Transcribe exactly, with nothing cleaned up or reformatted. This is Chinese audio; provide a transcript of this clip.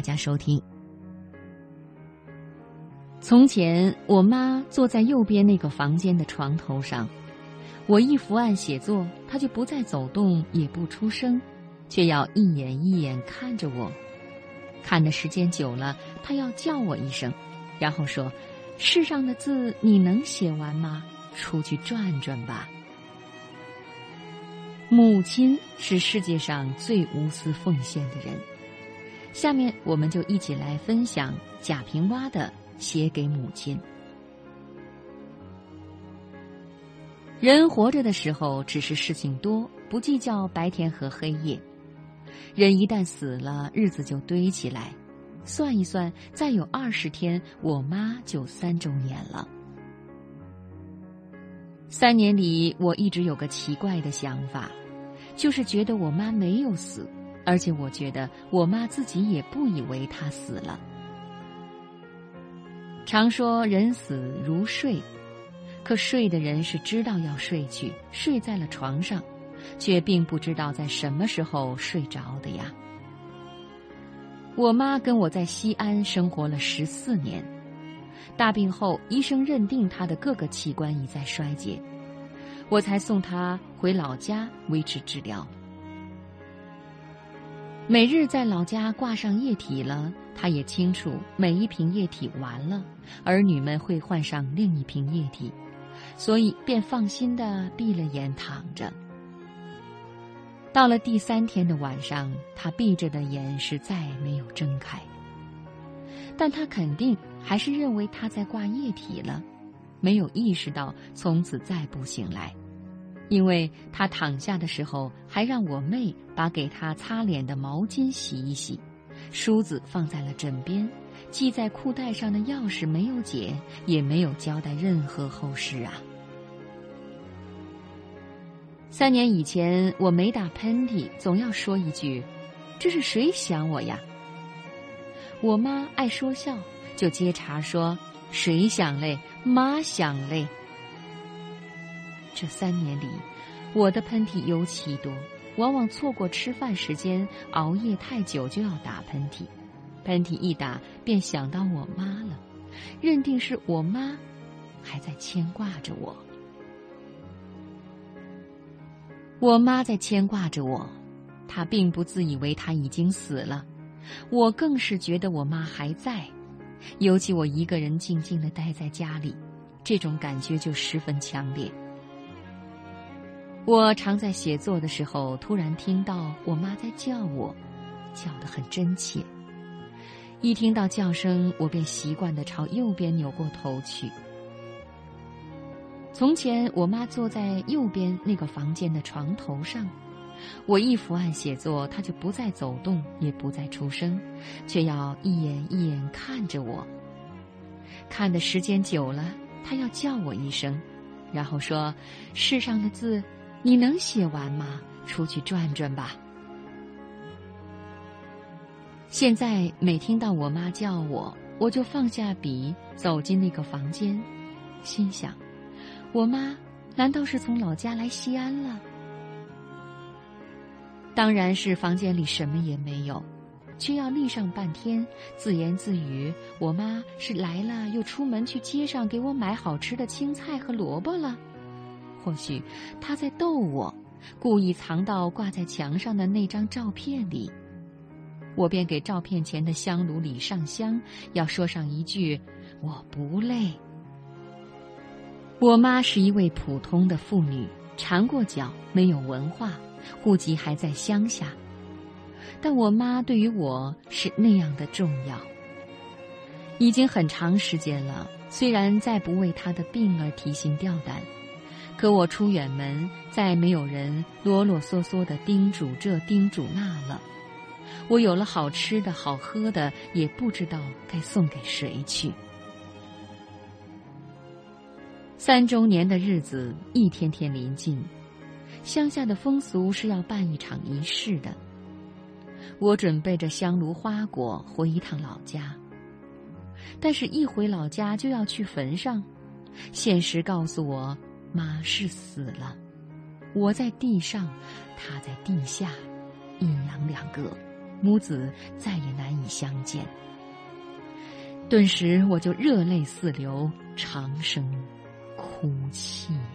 大家收听。从前，我妈坐在右边那个房间的床头上，我一伏案写作，她就不再走动，也不出声，却要一眼一眼看着我。看的时间久了，她要叫我一声，然后说：“世上的字你能写完吗？出去转转吧。”母亲是世界上最无私奉献的人。下面我们就一起来分享贾平凹的《写给母亲》。人活着的时候只是事情多，不计较白天和黑夜。人一旦死了，日子就堆起来，算一算，再有二十天，我妈就三周年了。三年里，我一直有个奇怪的想法，就是觉得我妈没有死，而且我觉得我妈自己也不以为她死了。常说人死如睡，可睡的人是知道要睡去，睡在了床上，却并不知道在什么时候睡着的呀。我妈跟我在西安生活了十四年，大病后医生认定她的各个器官已在衰竭，我才送她回老家维持治疗。每日在老家挂上液体了，她也清楚每一瓶液体完了，儿女们会换上另一瓶液体，所以便放心地闭了眼躺着。到了第三天的晚上，他闭着的眼是再也没有睁开，但他肯定还是认为他在挂液体了，没有意识到从此再不醒来，因为他躺下的时候还让我妹把给他擦脸的毛巾洗一洗，梳子放在了枕边，系在裤带上的钥匙没有解，也没有交代任何后事啊。三年以前，我没打喷嚏，总要说一句：“这是谁想我呀？”我妈爱说笑，就接茬说：“谁想嘞？妈想嘞。”这三年里，我的喷嚏尤其多，往往错过吃饭时间，熬夜太久就要打喷嚏，喷嚏一打便想到我妈了，认定是我妈还在牵挂着我。我妈在牵挂着我，她并不自以为她已经死了，我更是觉得我妈还在，尤其我一个人静静地待在家里，这种感觉就十分强烈。我常在写作的时候，突然听到我妈在叫我，叫得很真切。一听到叫声，我便习惯地朝右边扭过头去。从前，我妈坐在右边那个房间的床头上，我一伏案写作，她就不再走动，也不再出声，却要一眼一眼看着我。看的时间久了，她要叫我一声，然后说：“世上的字你能写完吗？出去转转吧。”现在每听到我妈叫我，我就放下笔，走进那个房间，心想：我妈难道是从老家来西安了？当然是房间里什么也没有，却要立上半天，自言自语：我妈是来了又出门去街上给我买好吃的青菜和萝卜了。或许她在逗我，故意藏到挂在墙上的那张照片里。我便给照片前的香炉里上香，要说上一句：我不累。我妈是一位普通的妇女，缠过脚，没有文化，户籍还在乡下，但我妈对于我是那样的重要。已经很长时间了，虽然再不为她的病而提心吊胆，可我出远门，再没有人啰啰嗦嗦地叮嘱这叮嘱那了。我有了好吃的好喝的，也不知道该送给谁去。三周年的日子一天天临近，乡下的风俗是要办一场仪式的。我准备着香炉花果回一趟老家，但是一回老家就要去坟上，现实告诉我，妈是死了，我在地上，她在地下，阴阳两隔。 母子再也难以相见。顿时我就热泪四流，长声哭泣。